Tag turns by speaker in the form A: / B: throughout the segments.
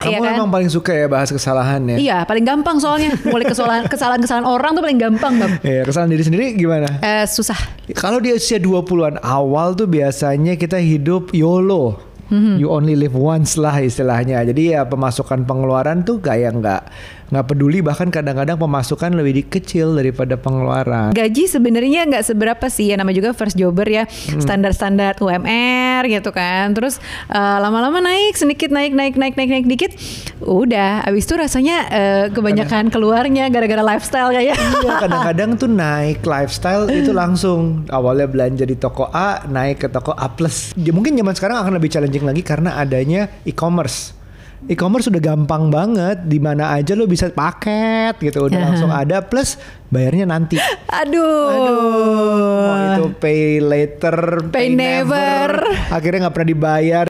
A: Kamu
B: Iya kan?
A: emang paling suka ya bahas kesalahan ya?
B: Iya, paling gampang soalnya. Mulai kesalahan orang tuh paling gampang, Bang.
A: Iya, kesalahan diri sendiri gimana?
B: Susah.
A: Kalau di usia 20-an awal tuh biasanya kita hidup YOLO. You only live once lah istilahnya. Jadi ya pemasukan pengeluaran tuh kayak nggak peduli, bahkan kadang-kadang pemasukan lebih kecil daripada pengeluaran.
B: Gaji sebenarnya nggak seberapa sih, ya namanya juga first jobber ya, standar-standar UMR gitu kan. Terus lama-lama naik sedikit, naik dikit. Udah, abis itu rasanya kebanyakan keluarnya gara-gara lifestyle kayaknya.
A: Iya, kadang-kadang tuh naik lifestyle itu langsung awalnya belanja di toko A naik ke toko A+. Ya, mungkin zaman sekarang akan lebih challenging lagi karena adanya e-commerce. E-commerce udah gampang banget, di mana aja lo bisa paket gitu, udah langsung ada, plus bayarnya nanti.
B: Aduh.
A: Mau itu pay later,
B: Pay never.
A: Akhirnya nggak pernah dibayar.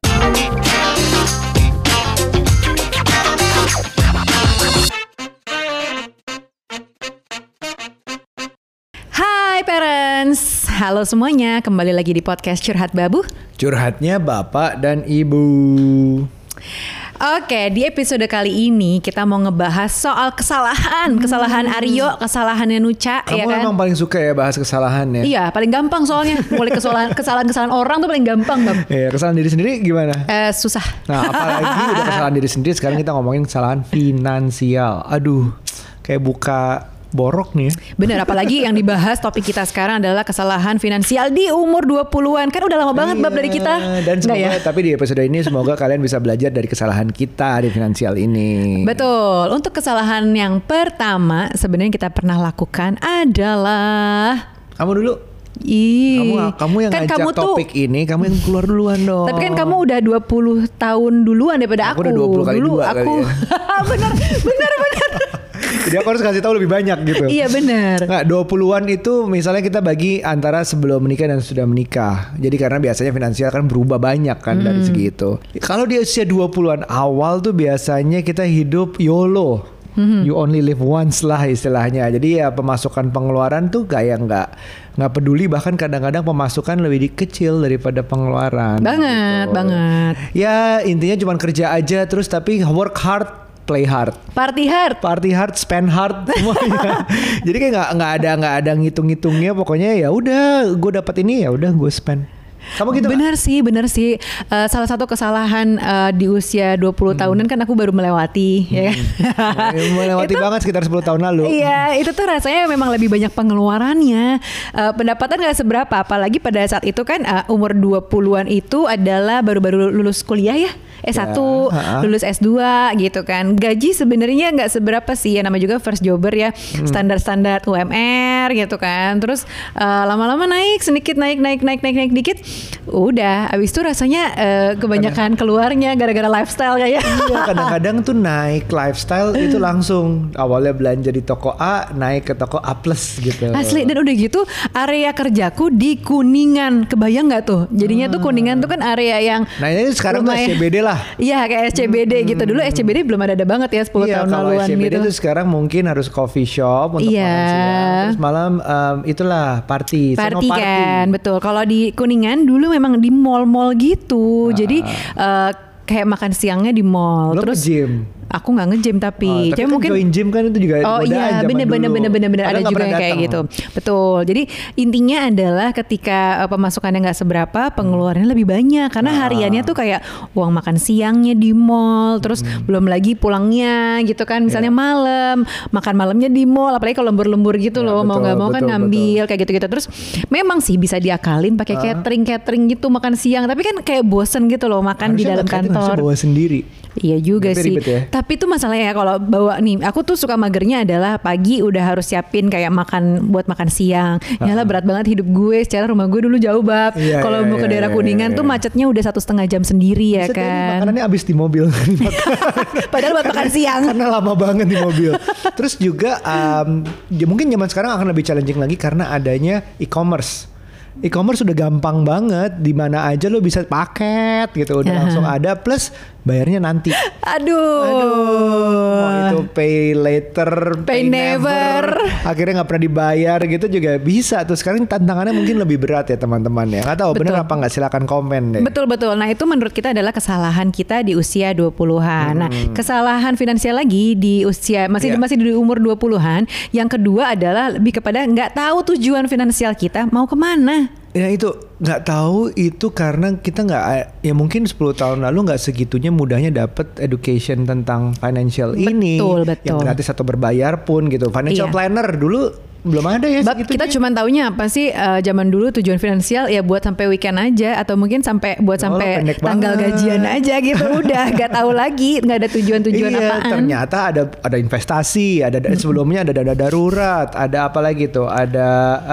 B: Hai parents, halo semuanya, kembali lagi di podcast Curhat Babu.
A: Curhatnya bapak dan ibu.
B: Oke, di episode kali ini kita mau ngebahas soal kesalahan Aryo, kesalahannya Nucha,
A: Kamu
B: ya kan?
A: emang paling suka ya bahas kesalahan ya?
B: Iya, paling gampang soalnya. Mulai kesalahan orang tuh paling gampang, Bang.
A: Iya, kesalahan diri sendiri gimana?
B: Susah.
A: Nah, apalagi udah kesalahan diri sendiri, sekarang kita ngomongin kesalahan finansial. Aduh, kayak buka borok nih ya.
B: Bener, apalagi yang dibahas topik kita sekarang adalah kesalahan finansial di umur 20-an. Kan udah lama banget bab dari kita.
A: Dan semoga,
B: ya?
A: tapi di episode ini semoga kalian bisa belajar dari kesalahan kita di finansial ini.
B: Betul. Untuk kesalahan yang pertama sebenarnya kita pernah lakukan adalah
A: Kamu dulu. Kamu yang
B: kan
A: ngajak
B: kamu
A: topik ini, kamu yang keluar duluan dong.
B: Tapi kan kamu udah 20 tahun duluan daripada aku.
A: Aku udah 20 kali
B: dulu
A: dua
B: aku.
A: kali ya.
B: bener.
A: Jadi aku harus kasih tahu lebih banyak gitu.
B: Iya benar.
A: Nggak, 20-an itu misalnya kita bagi antara sebelum menikah dan sudah menikah. Jadi karena biasanya finansial kan berubah banyak kan dari segi itu. Kalau di usia 20-an awal tuh biasanya kita hidup YOLO. You only live once lah istilahnya. Jadi ya pemasukan pengeluaran tuh kayak nggak peduli, bahkan kadang-kadang pemasukan lebih kecil daripada pengeluaran.
B: Banget.
A: Ya intinya cuma kerja aja terus, tapi work hard, play hard.
B: Party hard,
A: spend hard semuanya. Jadi kayak nggak ada ngitung-ngitungnya. Pokoknya ya udah, gue dapat ini ya udah gue spend. Kamu gitu?
B: Bener sih. Salah satu kesalahan di usia 20 tahunan kan aku baru melewati, ya kan?
A: Melewati banget sekitar 10 tahun lalu.
B: Iya, itu tuh rasanya memang lebih banyak pengeluarannya. Pendapatan gak seberapa, apalagi pada saat itu kan umur 20-an itu adalah baru-baru lulus kuliah ya. S1, lulus S2 gitu kan. Gaji sebenarnya nggak seberapa sih, ya namanya juga first jobber ya, standar-standar UMR gitu kan. Terus lama-lama naik sedikit, naik dikit. Udah, abis itu rasanya kebanyakan keluarnya gara-gara lifestyle kayaknya.
A: Iya, kadang-kadang tuh naik lifestyle itu langsung awalnya belanja di toko A naik ke toko A+ gitu.
B: Asli, dan udah gitu area kerjaku di Kuningan, kebayang nggak tuh? Jadinya tuh Kuningan tuh kan area yang
A: Nah ini sekarang tuh SCBD lah.
B: Iya kayak SCBD gitu. Dulu SCBD belum ada banget ya 10 tahun laluan
A: kalau SCBD
B: gitu.
A: tuh sekarang mungkin harus coffee shop untuk makan siang. Terus malam itulah party
B: Kan, betul. Kalau di Kuningan dulu memang di mall-mall gitu. Jadi kayak makan siangnya di mall.
A: Lo
B: terus
A: gym.
B: Aku nggak nge-gym tapi
A: kan
B: mungkin
A: join gym kan itu juga
B: oh iya bener ada juga yang kayak gitu. Betul. Jadi intinya adalah ketika pemasukannya nggak seberapa, pengeluarannya lebih banyak karena hariannya tuh kayak uang makan siangnya di mall, terus belum lagi pulangnya gitu kan, misalnya malam makan malamnya di mall, apalagi kalau lembur-lembur gitu loh, mau nggak mau kan ngambil kayak gitu-gitu. Terus memang sih bisa diakalin pakai catering gitu makan siang, tapi kan kayak bosen gitu loh makan di dalam kantor.
A: Harusnya bawa sendiri.
B: Iya juga sih.
A: Ya?
B: Tapi itu masalahnya kalau bawa nih, aku tuh suka magernya adalah pagi udah harus siapin kayak buat makan siang. Yalah berat banget hidup gue, secara rumah gue dulu jauh bab. Kalau mau ke daerah Kuningan tuh macetnya udah 1,5 jam sendiri ya kan.
A: Makanannya habis di mobil.
B: Padahal buat makan siang.
A: Karena lama banget di mobil. Terus juga ya mungkin zaman sekarang akan lebih challenging lagi karena adanya e-commerce. E-commerce udah gampang banget, di mana aja lo bisa paket gitu, udah langsung ada, plus bayarnya nanti. Mau itu pay later, pay never. Akhirnya nggak pernah dibayar gitu juga bisa tuh. Sekarang tantangannya mungkin lebih berat ya teman-teman ya. Nggak tahu bener apa nggak, silakan komen deh.
B: Betul. Nah itu menurut kita adalah kesalahan kita di usia 20-an. Nah kesalahan finansial lagi di usia masih di umur 20-an. Yang kedua adalah lebih kepada nggak tahu tujuan finansial kita mau kemana.
A: Ya itu nggak tahu itu karena kita nggak, ya mungkin 10 tahun lalu nggak segitunya mudahnya dapat education tentang financial ini.
B: Betul.
A: Yang gratis atau berbayar pun gitu. Financial planner dulu belum ada ya segitunya.
B: Kita cuma taunya apa sih zaman dulu tujuan finansial ya buat sampai weekend aja atau mungkin sampai tanggal gajian aja gitu. Udah nggak tahu lagi, nggak ada tujuan apaan.
A: Ternyata ada investasi, ada sebelumnya ada dana darurat, ada apa lagi tuh, ada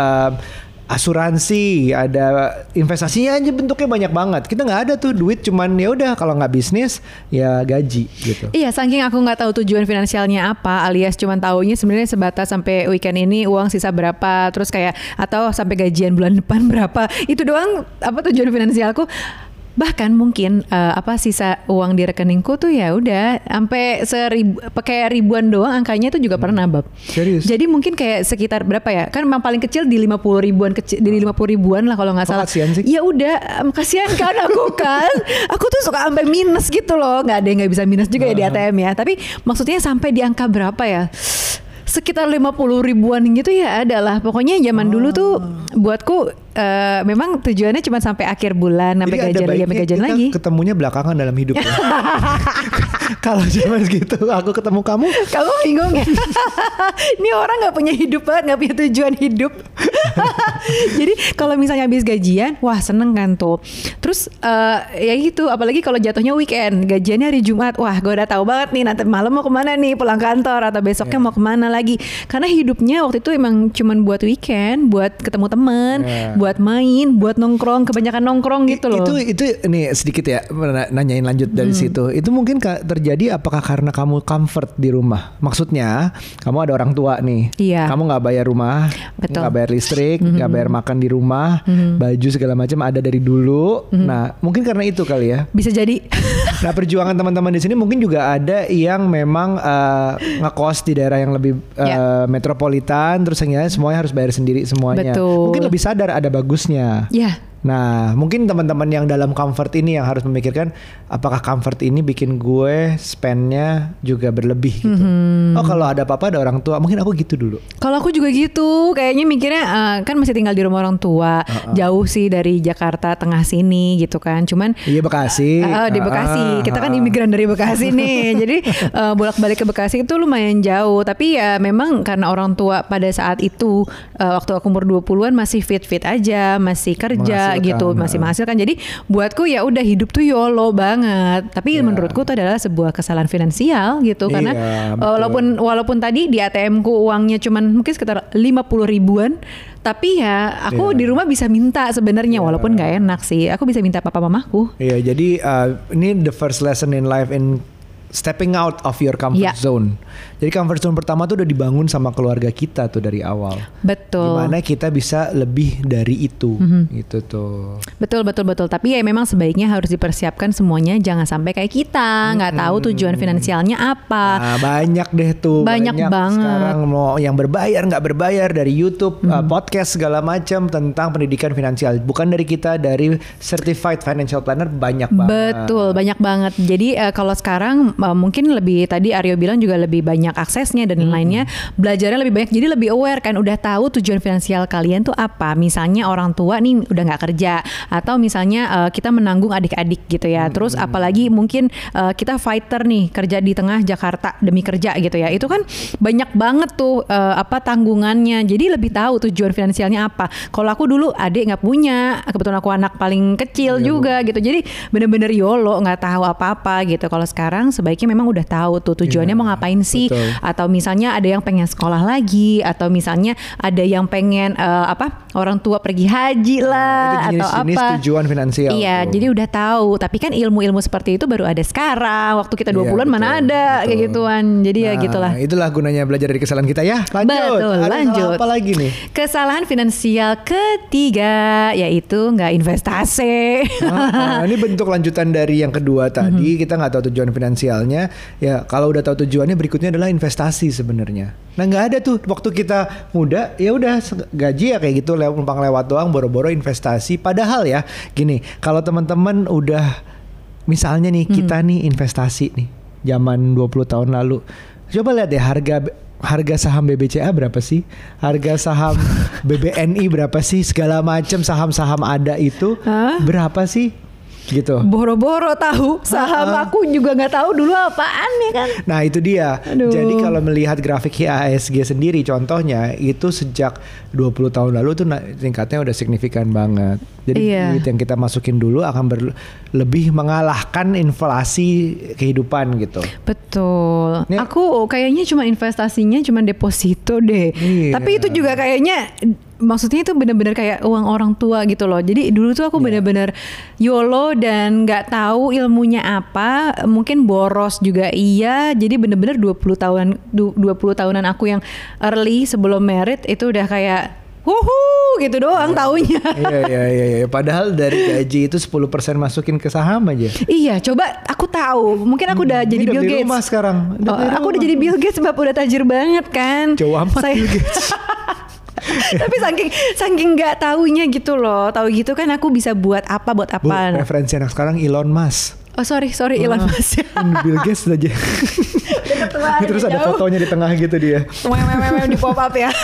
A: asuransi, ada investasinya aja bentuknya banyak banget. Kita nggak ada tuh duit, cuman ya udah kalau nggak bisnis ya gaji gitu.
B: Iya, saking aku nggak tahu tujuan finansialnya apa, alias cuman taunya sebenarnya sebatas sampai weekend ini uang sisa berapa, terus kayak atau sampai gajian bulan depan berapa. Itu doang apa tujuan finansialku. Bahkan mungkin sisa uang di rekeningku tuh ya udah sampai pakai ribuan doang angkanya itu juga pernah, Bab.
A: Serius?
B: Jadi mungkin kayak sekitar berapa ya? Kan memang paling kecil di 50 ribuan lah kalau nggak salah.
A: Kasian sih.
B: Ya udah, kasihan kan aku kan. Aku tuh suka sampai minus gitu loh. Nggak ada yang nggak bisa minus juga ya di ATM ya. Tapi maksudnya sampai di angka berapa ya? Sekitar 50 ribuan gitu ya adalah. Pokoknya zaman dulu tuh buatku memang tujuannya cuma sampai akhir bulan, sampai gajian lagi.
A: Ketemunya belakangan dalam hidup ya. Kalau zaman segitu aku ketemu kamu
B: bingung ya. Ini orang nggak punya hidup banget, nggak punya tujuan hidup. Jadi kalau misalnya habis gajian, wah seneng kan tuh. Terus ya gitu, apalagi kalau jatuhnya weekend, gajiannya hari Jumat, wah gue udah tahu banget nih nanti malam mau kemana nih, pulang kantor atau besoknya mau kemana lagi. Karena hidupnya waktu itu emang cuman buat weekend, buat ketemu teman, buat main, buat nongkrong, kebanyakan nongkrong gitu loh.
A: Itu nih sedikit ya nanyain lanjut dari situ. Itu mungkin terjadi apakah karena kamu comfort di rumah? Maksudnya kamu ada orang tua nih, kamu nggak bayar rumah, nggak bayar listrik, nggak bayar makan di rumah, baju segala macam ada dari dulu. Nah mungkin karena itu kali ya.
B: Bisa jadi.
A: Nah perjuangan teman-teman di sini mungkin juga ada yang memang ngekos di daerah yang lebih metropolitan, terus semuanya harus bayar sendiri semuanya.
B: Betul.
A: Mungkin lebih sadar ada bagusnya. Nah mungkin teman-teman yang dalam comfort ini yang harus memikirkan apakah comfort ini bikin gue spendnya juga berlebih gitu. Oh kalau ada apa-apa ada orang tua, mungkin aku gitu dulu.
B: Kalau aku juga gitu, kayaknya mikirnya kan masih tinggal di rumah orang tua, jauh sih dari Jakarta tengah sini gitu kan. Cuman
A: Bekasi.
B: Di Bekasi, kita kan imigran dari Bekasi nih. Jadi bolak-balik ke Bekasi itu lumayan jauh. Tapi ya memang karena orang tua pada saat itu waktu aku umur 20-an masih fit-fit aja, masih kerja gitu, masih menghasilkan. Jadi buatku ya udah hidup tuh YOLO banget. Tapi menurutku itu adalah sebuah kesalahan finansial gitu, karena walaupun tadi di ATM-ku uangnya cuman mungkin sekitar 50 ribuan, tapi ya aku di rumah bisa minta sebenarnya walaupun nggak enak sih. Aku bisa minta papa mamaku.
A: Iya, jadi ini the first lesson in life in stepping out of your comfort zone. Jadi comfort zone pertama tuh udah dibangun sama keluarga kita tuh dari awal.
B: Betul.
A: Gimana kita bisa lebih dari itu, gitu tuh.
B: Betul. Tapi ya memang sebaiknya harus dipersiapkan semuanya, jangan sampai kayak kita nggak tahu tujuan finansialnya apa.
A: Nah, banyak deh tuh.
B: Banyak banget.
A: Sekarang mau yang berbayar nggak berbayar dari YouTube, podcast segala macam tentang pendidikan finansial. Bukan dari kita, dari certified financial planner banyak banget.
B: Betul, banyak banget. Jadi kalau sekarang mungkin lebih, tadi Aryo bilang juga lebih banyak aksesnya dan lainnya, belajarnya lebih banyak, jadi lebih aware kan, udah tahu tujuan finansial kalian tuh apa. Misalnya orang tua nih udah nggak kerja, atau misalnya kita menanggung adik-adik gitu ya. Terus apalagi mungkin kita fighter nih, kerja di tengah Jakarta demi kerja gitu ya. Itu kan banyak banget tuh tanggungannya. Jadi lebih tahu tujuan finansialnya apa. Kalau aku dulu adik nggak punya, kebetulan aku anak paling kecil juga gitu. Jadi bener-bener YOLO, nggak tahu apa-apa gitu. Kalau sekarang sebaiknya memang udah tahu tuh tujuannya mau ngapain sih.
A: Betul.
B: Atau misalnya ada yang pengen sekolah lagi, atau misalnya ada yang pengen orang tua pergi haji lah,
A: itu
B: atau
A: jenis
B: apa.
A: tujuan finansial.
B: Iya,
A: tuh.
B: jadi udah tahu. Tapi kan ilmu-ilmu seperti itu baru ada sekarang. Waktu kita 20-an mana ada kayak gituan. Jadi ya gitulah.
A: Itulah gunanya belajar dari kesalahan kita ya. Lanjut.
B: Betul,
A: Ada
B: lanjut.
A: apa lagi nih?
B: Kesalahan finansial ketiga yaitu nggak investasi.
A: Ini bentuk lanjutan dari yang kedua tadi. Kita nggak tahu tujuan finansialnya. Ya kalau udah tahu tujuannya, berikutnya adalah investasi sebenarnya. Nah nggak ada tuh waktu kita muda, ya udah gaji ya kayak gitu, numpang lewat doang, boro-boro investasi. Padahal ya gini, kalau teman-teman udah misalnya nih kita nih investasi nih zaman 20 tahun lalu, coba lihat deh harga saham BBCA berapa sih? Harga saham BBNI berapa sih? Segala macam saham-saham ada itu berapa sih? Gitu.
B: Boro-boro tahu saham aku juga nggak tahu dulu apaan ya kan.
A: Nah itu dia.
B: Aduh.
A: Jadi kalau melihat grafik IHSG sendiri contohnya itu sejak 20 tahun lalu tuh tingkatnya udah signifikan banget. Jadi duit yang kita masukin dulu akan lebih mengalahkan inflasi kehidupan gitu.
B: Betul. Aku kayaknya cuma investasinya cuma deposito deh.
A: Iya.
B: Tapi itu juga kayaknya maksudnya itu benar-benar kayak uang orang tua gitu loh. Jadi dulu tuh aku benar-benar YOLO dan nggak tahu ilmunya apa. Mungkin boros juga iya. Jadi benar-benar 20 tahunan aku yang early sebelum merit itu udah kayak gitu doang taunya.
A: Iya. Padahal dari gaji itu 10% masukin ke saham aja.
B: Iya, coba aku tahu. Mungkin aku udah jadi Bill Gates.
A: Rumah sekarang.
B: Aku udah jadi Bill Gates sebab udah tajir banget kan.
A: Jauh amat Bill Gates.
B: Tapi saking nggak taunya gitu loh. Tahu gitu kan aku bisa buat apa.
A: Bu, referensi anak sekarang Elon Musk.
B: Oh sorry Elon Musk.
A: Bill Gates aja. Terus ada fotonya di tengah gitu dia.
B: Di pop up ya.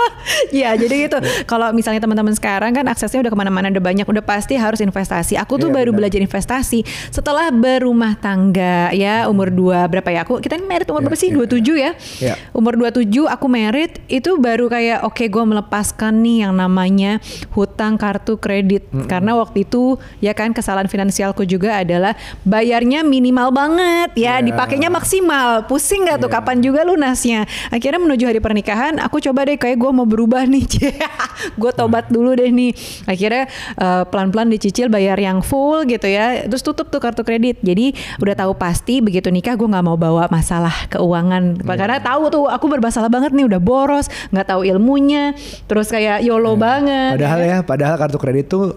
B: Ya jadi gitu. Kalau misalnya teman-teman sekarang kan aksesnya udah kemana-mana, udah banyak, udah pasti harus investasi. Aku tuh baru belajar investasi setelah berumah tangga ya, umur 2 berapa ya? Kita merit umur berapa sih? 27 ya. Umur 27 aku merit itu baru kayak oke, gue melepaskan nih yang namanya hutang kartu kredit. Karena waktu itu ya kan kesalahan finansialku juga adalah bayarnya minimal banget ya, dipakainya maksimal. Pusing gak tuh kapan juga lunasnya. Akhirnya menuju hari pernikahan aku coba deh kayak gue mau berubah nih. Gue tobat dulu deh nih. Akhirnya pelan-pelan dicicil bayar yang full gitu ya. Terus tutup tuh kartu kredit. Jadi udah tahu pasti begitu nikah gue nggak mau bawa masalah keuangan. Karena tahu tuh aku bermasalah banget nih, udah boros, nggak tahu ilmunya. Terus kayak YOLO banget.
A: Padahal kartu kredit tuh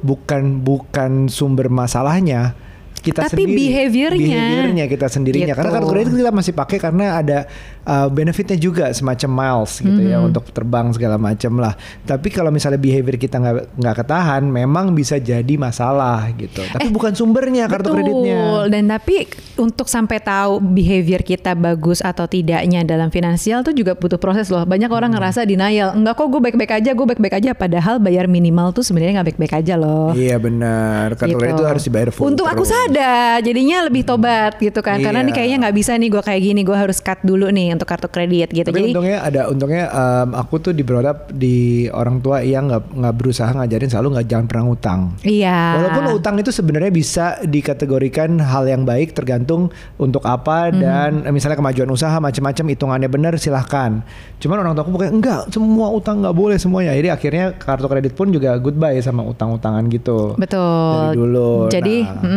A: bukan sumber masalahnya. Kita
B: tapi
A: sendiri,
B: behaviornya
A: kita sendirinya.
B: Gitu.
A: Karena kartu kredit kita masih pakai karena ada benefitnya juga semacam miles gitu ya untuk terbang segala macam lah. Tapi kalau misalnya behavior kita nggak ketahan, memang bisa jadi masalah gitu. Tapi bukan sumbernya kartu kreditnya.
B: Dan tapi untuk sampai tahu behavior kita bagus atau tidaknya dalam finansial tuh juga butuh proses loh. Banyak orang ngerasa denial, enggak kok gue baik-baik aja. Padahal bayar minimal tuh sebenarnya nggak baik-baik aja loh.
A: Iya benar. Kartu kredit itu harus dibayar full.
B: Untuk aku sadar, jadinya lebih tobat gitu kan. Karena nih kayaknya nggak bisa nih gue kayak gini, gue harus cut dulu nih untuk kartu kredit gitu.
A: Tapi
B: jadi
A: untungnya aku tuh di brought up di orang tua yang nggak berusaha ngajarin selalu jangan pernah ngutang.
B: Iya.
A: Walaupun utang itu sebenarnya bisa dikategorikan hal yang baik tergantung untuk apa dan misalnya kemajuan usaha macam-macam hitungannya benar silahkan. Cuman orang tua aku bukan enggak, semua utang nggak boleh semuanya. Jadi akhirnya kartu kredit pun juga goodbye sama utang-utangan gitu.
B: Betul.
A: Dari dulu.
B: Jadi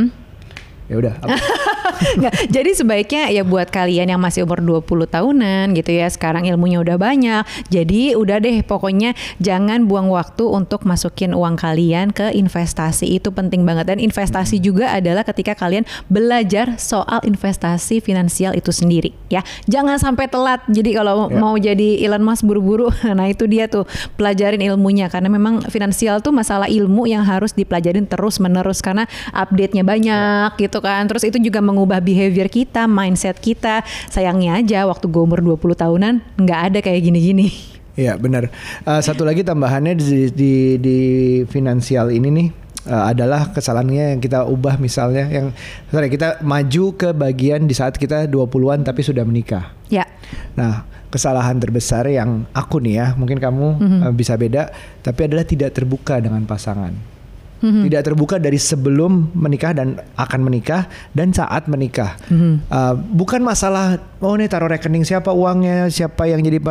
A: ya udah.
B: Nggak, jadi sebaiknya ya buat kalian yang masih umur 20 tahunan gitu ya, sekarang ilmunya udah banyak. Jadi udah deh pokoknya jangan buang waktu untuk masukin uang kalian ke investasi. Itu penting banget. Dan investasi juga adalah ketika kalian belajar soal investasi finansial itu sendiri ya. Jangan sampai telat. Jadi kalau mau jadi Elon Musk buru-buru, nah itu dia tuh pelajarin ilmunya. Karena memang finansial tuh masalah ilmu yang harus dipelajarin terus menerus karena update-nya banyak gitu kan. Terus itu juga mengubah behavior kita, mindset kita. Sayangnya aja waktu gue umur 20 tahunan nggak ada kayak gini-gini.
A: Iya benar. Satu lagi tambahannya di finansial ini nih adalah kesalahannya yang kita ubah misalnya kita maju ke bagian di saat kita 20-an tapi sudah menikah.
B: Ya.
A: Nah, kesalahan terbesar yang aku nih ya, mungkin kamu bisa beda, tapi adalah tidak terbuka dengan pasangan. Tidak terbuka dari sebelum menikah dan akan menikah dan saat menikah. Bukan masalah nih taruh rekening siapa uangnya, siapa yang jadi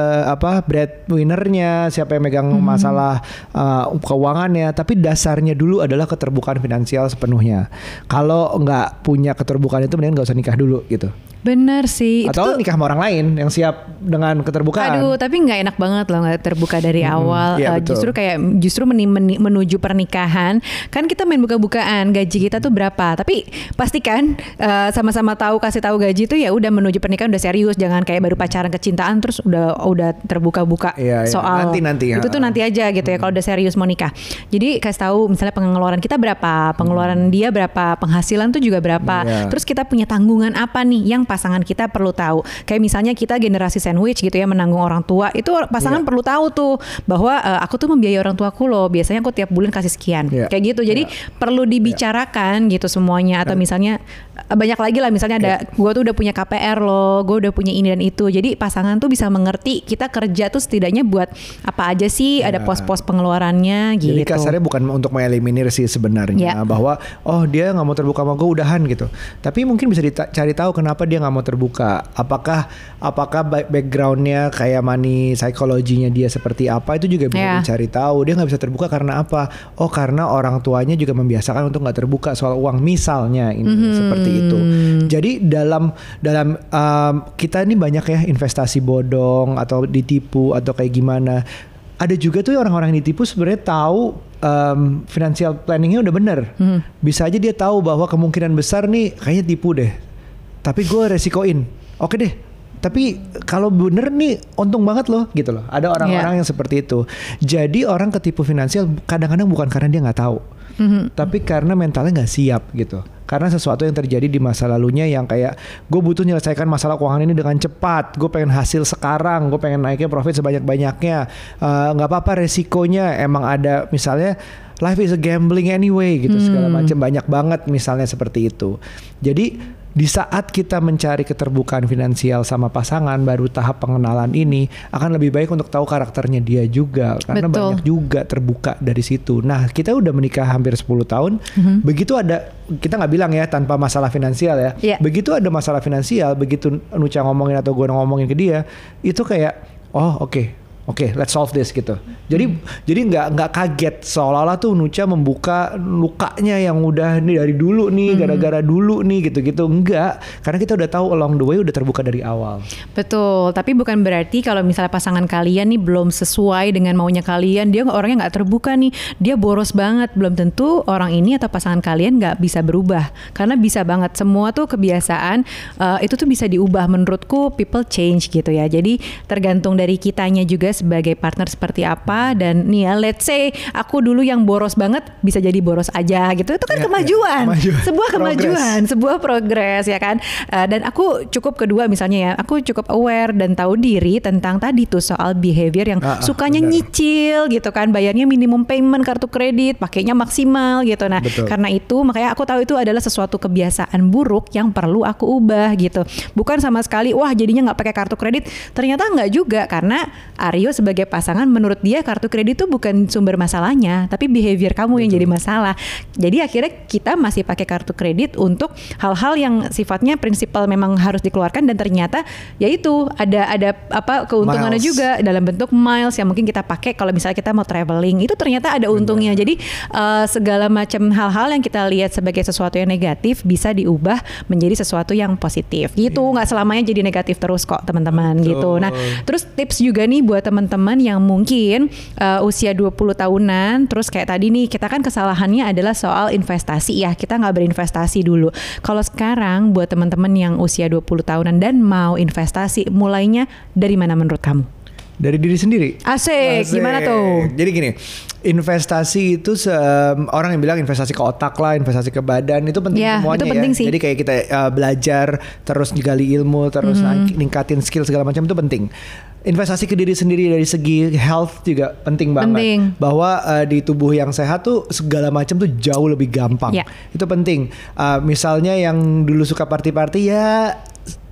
A: breadwinnernya, siapa yang megang masalah keuangannya, tapi dasarnya dulu adalah keterbukaan finansial sepenuhnya. Kalau nggak punya keterbukaan itu mendingan nggak usah nikah dulu gitu.
B: Bener sih.
A: Atau nikah sama orang lain yang siap dengan keterbukaan.
B: Aduh, tapi nggak enak banget loh nggak terbuka dari awal.
A: Iya,
B: Justru menuju pernikahan kan kita main buka-bukaan gaji kita tuh berapa. Tapi pastikan sama-sama kasih tahu gaji tuh ya udah menuju pernikahan udah serius. Jangan kayak baru pacaran kecintaan terus udah terbuka-buka soal
A: nanti
B: itu tuh nanti aja gitu ya kalau udah serius mau nikah. Jadi kasih tahu misalnya pengeluaran kita berapa, pengeluaran dia berapa, penghasilan tuh juga berapa. Terus kita punya tanggungan apa nih yang pasangan kita perlu tahu. Kayak misalnya kita generasi sandwich gitu ya, menanggung orang tua. Itu pasangan perlu tahu tuh bahwa aku tuh membiayai orang tuaku loh. Biasanya aku tiap bulan kasih sekian. Kayak gitu. Jadi perlu dibicarakan gitu semuanya. Atau misalnya banyak lagi lah, misalnya ada gue tuh udah punya KPR loh, gue udah punya ini dan itu. Jadi pasangan tuh bisa mengerti kita kerja tuh setidaknya buat apa aja sih, ada pos-pos pengeluarannya gitu.
A: Jadi kasarnya bukan untuk mengeliminir sih sebenarnya, bahwa dia nggak mau terbuka sama gue udahan gitu. Tapi mungkin bisa dicari tahu kenapa dia nggak mau terbuka. Apakah backgroundnya kayak money psikologinya dia seperti apa, itu juga bisa dicari tahu. Dia nggak bisa terbuka karena apa? Oh, karena orang tuanya juga membiasakan untuk nggak terbuka soal uang misalnya ini seperti itu. Jadi dalam kita ini banyak ya investasi bodong atau ditipu atau kayak gimana. Ada juga tuh orang-orang yang ditipu sebenarnya tahu financial planningnya udah bener. Bisa aja dia tahu bahwa kemungkinan besar nih kayaknya tipu deh. Tapi gue resikoin, oke deh. Tapi kalau bener nih untung banget loh gitu loh. Ada orang-orang yang seperti itu. Jadi orang ketipu finansial kadang-kadang bukan karena dia nggak tahu, tapi karena mentalnya nggak siap gitu. Karena sesuatu yang terjadi di masa lalunya yang kayak gue butuh menyelesaikan masalah keuangan ini dengan cepat. Gue pengen hasil sekarang, gue pengen naiknya profit sebanyak-banyaknya. Nggak apa-apa resikonya emang ada, misalnya life is a gambling anyway gitu, segala macam banyak banget misalnya seperti itu. Jadi di saat kita mencari keterbukaan finansial sama pasangan, baru tahap pengenalan ini akan lebih baik untuk tahu karakternya dia juga. Karena banyak juga terbuka dari situ. Nah, kita udah menikah hampir 10 tahun. Begitu ada, kita nggak bilang ya tanpa masalah finansial ya. Begitu ada masalah finansial, begitu Nucha ngomongin atau gue ngomongin ke dia, itu kayak Oke, let's solve this gitu. Jadi nggak kaget seolah-olah tuh Nucha membuka lukanya yang udah nih dari dulu nih, gara-gara dulu nih gitu-gitu. Enggak, karena kita udah tahu along the way, udah terbuka dari awal.
B: Betul, tapi bukan berarti kalau misalnya pasangan kalian nih belum sesuai dengan maunya kalian, dia orangnya nggak terbuka nih, dia boros banget. Belum tentu orang ini atau pasangan kalian nggak bisa berubah, karena bisa banget. Semua tuh kebiasaan itu tuh bisa diubah. Menurutku people change gitu ya. Jadi tergantung dari kitanya juga sebagai partner seperti apa. Dan nih ya, let's say aku dulu yang boros banget bisa jadi boros aja gitu. Itu kan kemajuan. Sebuah kemajuan, sebuah progres ya kan. Dan aku cukup kedua misalnya ya, aku cukup aware dan tahu diri tentang tadi tuh soal behavior yang sukanya nyicil gitu kan, bayarnya minimum payment kartu kredit, pakainya maksimal gitu. Nah, karena itu makanya aku tahu itu adalah sesuatu kebiasaan buruk yang perlu aku ubah gitu. Bukan sama sekali wah jadinya nggak pakai kartu kredit, ternyata nggak juga, karena Aryo sebagai pasangan menurut dia kartu kredit itu bukan sumber masalahnya, tapi behavior kamu yang jadi masalah. Jadi akhirnya kita masih pakai kartu kredit untuk hal-hal yang sifatnya prinsipal memang harus dikeluarkan, dan ternyata yaitu ada apa keuntungannya miles juga dalam bentuk miles yang mungkin kita pakai kalau misalnya kita mau traveling, itu ternyata ada untungnya. Jadi segala macam hal-hal yang kita lihat sebagai sesuatu yang negatif bisa diubah menjadi sesuatu yang positif gitu. Nggak selamanya jadi negatif terus kok teman-teman gitu. Nah terus tips juga nih buat teman-teman yang mungkin usia 20 tahunan, terus kayak tadi nih kita kan kesalahannya adalah soal investasi ya, kita nggak berinvestasi dulu. Kalau sekarang buat teman-teman yang usia 20 tahunan dan mau investasi, mulainya dari mana menurut kamu?
A: Dari diri sendiri.
B: Asik. Gimana tuh?
A: Jadi gini, investasi itu orang yang bilang investasi ke otak lah, investasi ke badan, itu penting semuanya itu penting sih. Jadi kayak kita belajar, terus gali ilmu, terus ningkatin skill segala macam itu penting. Investasi ke diri sendiri dari segi health juga penting banget. Bahwa di tubuh yang sehat tuh segala macam tuh jauh lebih gampang. Itu penting. Misalnya yang dulu suka party-party ya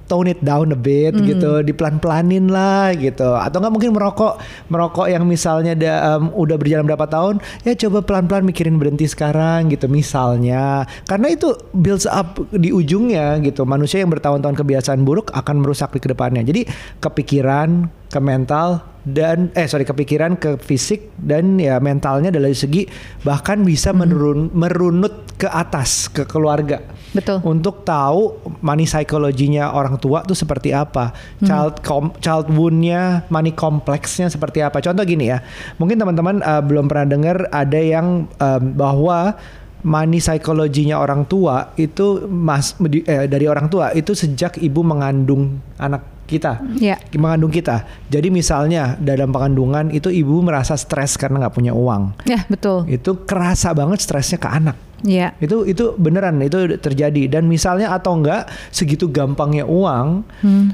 A: tone it down a bit gitu, dipelan-pelanin lah gitu. Atau nggak mungkin merokok yang misalnya udah berjalan berapa tahun, ya coba pelan-pelan mikirin berhenti sekarang gitu misalnya. Karena itu builds up di ujungnya gitu. Manusia yang bertahun-tahun kebiasaan buruk akan merusak di kedepannya. Jadi kepikiran, ke mental dan kepikiran, ke fisik dan ya mentalnya dari segi bahkan bisa merunut ke atas ke keluarga.
B: Betul.
A: Untuk tahu money psychology-nya orang tua tuh seperti apa, child wound-nya, money complex-nya seperti apa. Contoh gini ya, mungkin teman-teman belum pernah dengar ada yang bahwa money psychology-nya orang tua itu dari orang tua itu sejak ibu mengandung anak kita, mengandung kita. Jadi misalnya dalam pengandungan itu ibu merasa stres karena nggak punya uang.
B: Ya betul.
A: Itu kerasa banget stresnya ke anak.
B: Iya.
A: Itu beneran itu terjadi. Dan misalnya atau enggak segitu gampangnya uang,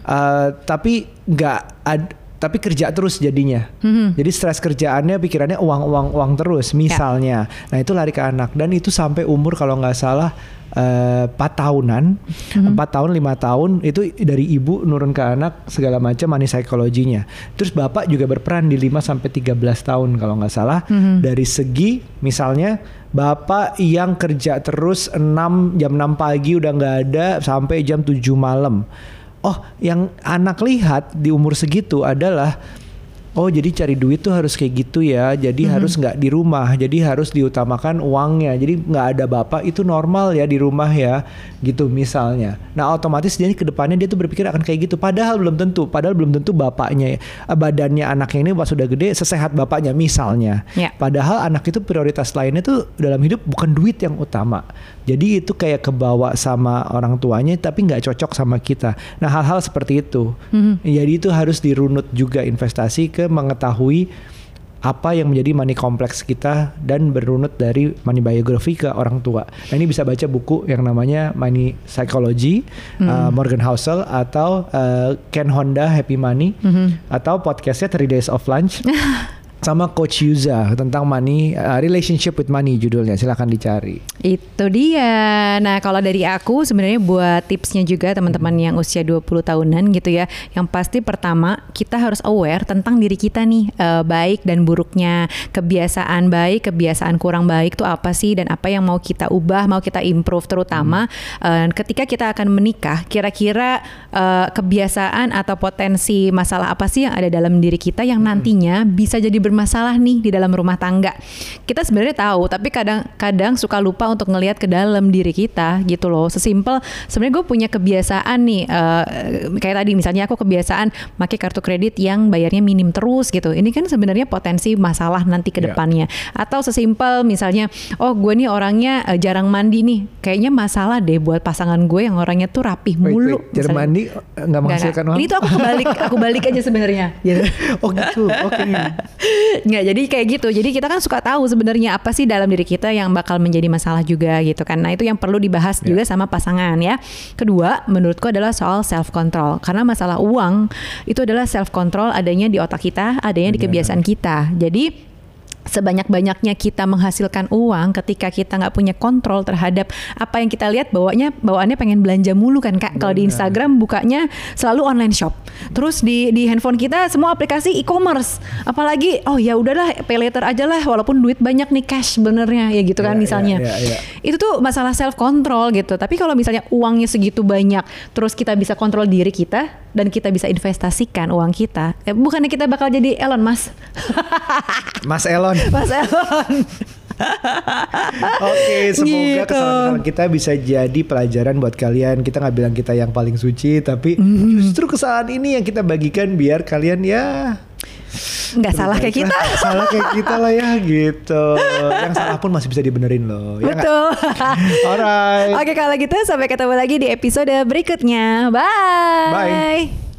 A: tapi tapi kerja terus jadinya. Jadi stres kerjaannya, pikirannya uang terus misalnya. Nah itu lari ke anak dan itu sampai umur kalau nggak salah 4 tahunan, 4 tahun 5 tahun itu dari ibu nurun ke anak segala macam money psychology-nya. Terus bapak juga berperan di 5 sampai 13 tahun kalau nggak salah. Dari segi misalnya bapak yang kerja terus jam 6 pagi udah nggak ada sampai jam 7 malam. Oh, yang anak lihat di umur segitu adalah jadi cari duit tuh harus kayak gitu ya. Jadi harus nggak di rumah. Jadi harus diutamakan uangnya. Jadi nggak ada bapak itu normal ya di rumah ya, gitu misalnya. Nah otomatis dia ke depannya dia tuh berpikir akan kayak gitu. Padahal belum tentu bapaknya, badannya anaknya ini pas sudah gede sesehat bapaknya misalnya. Padahal anak itu prioritas lainnya tuh dalam hidup bukan duit yang utama. Jadi itu kayak kebawa sama orang tuanya tapi nggak cocok sama kita. Nah hal-hal seperti itu. Jadi itu harus dirunut juga investasi ke mengetahui apa yang menjadi money kompleks kita dan berunut dari money biography ke orang tua. Nah ini bisa baca buku yang namanya Money Psychology, Morgan Housel atau Ken Honda Happy Money, atau podcastnya 3 Days of Lunch. Sama Coach Yuza tentang money, relationship with money judulnya, silahkan dicari.
B: Itu dia. Nah kalau dari aku sebenarnya buat tipsnya juga teman-teman yang usia 20 tahunan gitu ya. Yang pasti pertama kita harus aware tentang diri kita nih, baik dan buruknya, kebiasaan baik, kebiasaan kurang baik itu apa sih, dan apa yang mau kita ubah, mau kita improve. Terutama ketika kita akan menikah, kira-kira kebiasaan atau potensi masalah apa sih yang ada dalam diri kita yang nantinya bisa jadi bermasalah nih di dalam rumah tangga. Kita sebenarnya tahu, tapi kadang suka lupa untuk ngelihat ke dalam diri kita gitu loh. Sesimpel sebenarnya gue punya kebiasaan nih, kayak tadi misalnya aku kebiasaan pakai kartu kredit yang bayarnya minim terus gitu. Ini kan sebenarnya potensi masalah nanti ke depannya. Atau sesimpel misalnya, gue nih orangnya jarang mandi nih. Kayaknya masalah deh buat pasangan gue yang orangnya tuh rapih mulu.
A: Jarang mandi nggak menghasilkan uang?
B: Ini tuh aku balik aja sebenarnya. Gitu.
A: Oh gitu, oke.
B: Nggak, jadi kayak gitu. Jadi kita kan suka tahu sebenarnya apa sih dalam diri kita yang bakal menjadi masalah juga gitu kan. Nah itu yang perlu dibahas juga sama pasangan ya. Kedua menurutku adalah soal self control. Karena masalah uang itu adalah self control adanya di otak kita, adanya di kebiasaan kita. Jadi sebanyak-banyaknya kita menghasilkan uang, ketika kita nggak punya kontrol terhadap apa yang kita lihat, bawaannya pengen belanja mulu kan Kak. Kalau di Instagram bukanya selalu online shop, terus di handphone kita semua aplikasi e-commerce, apalagi ya udahlah pay later aja lah walaupun duit banyak nih cash benernya ya gitu kan misalnya. Itu tuh masalah self control gitu. Tapi kalau misalnya uangnya segitu banyak, terus kita bisa kontrol diri kita dan kita bisa investasikan uang kita, bukannya kita bakal jadi Elon Musk.
A: Mas Elon. Oke, semoga kesalahan kita bisa jadi pelajaran buat kalian. Kita nggak bilang kita yang paling suci, tapi justru kesalahan ini yang kita bagikan biar kalian
B: nggak salah kayak kita.
A: Salah kayak kita lah ya gitu. Yang salah pun masih bisa dibenerin loh.
B: Betul.
A: Alright.
B: Oke kalau gitu sampai ketemu lagi di episode berikutnya. Bye.
A: Bye.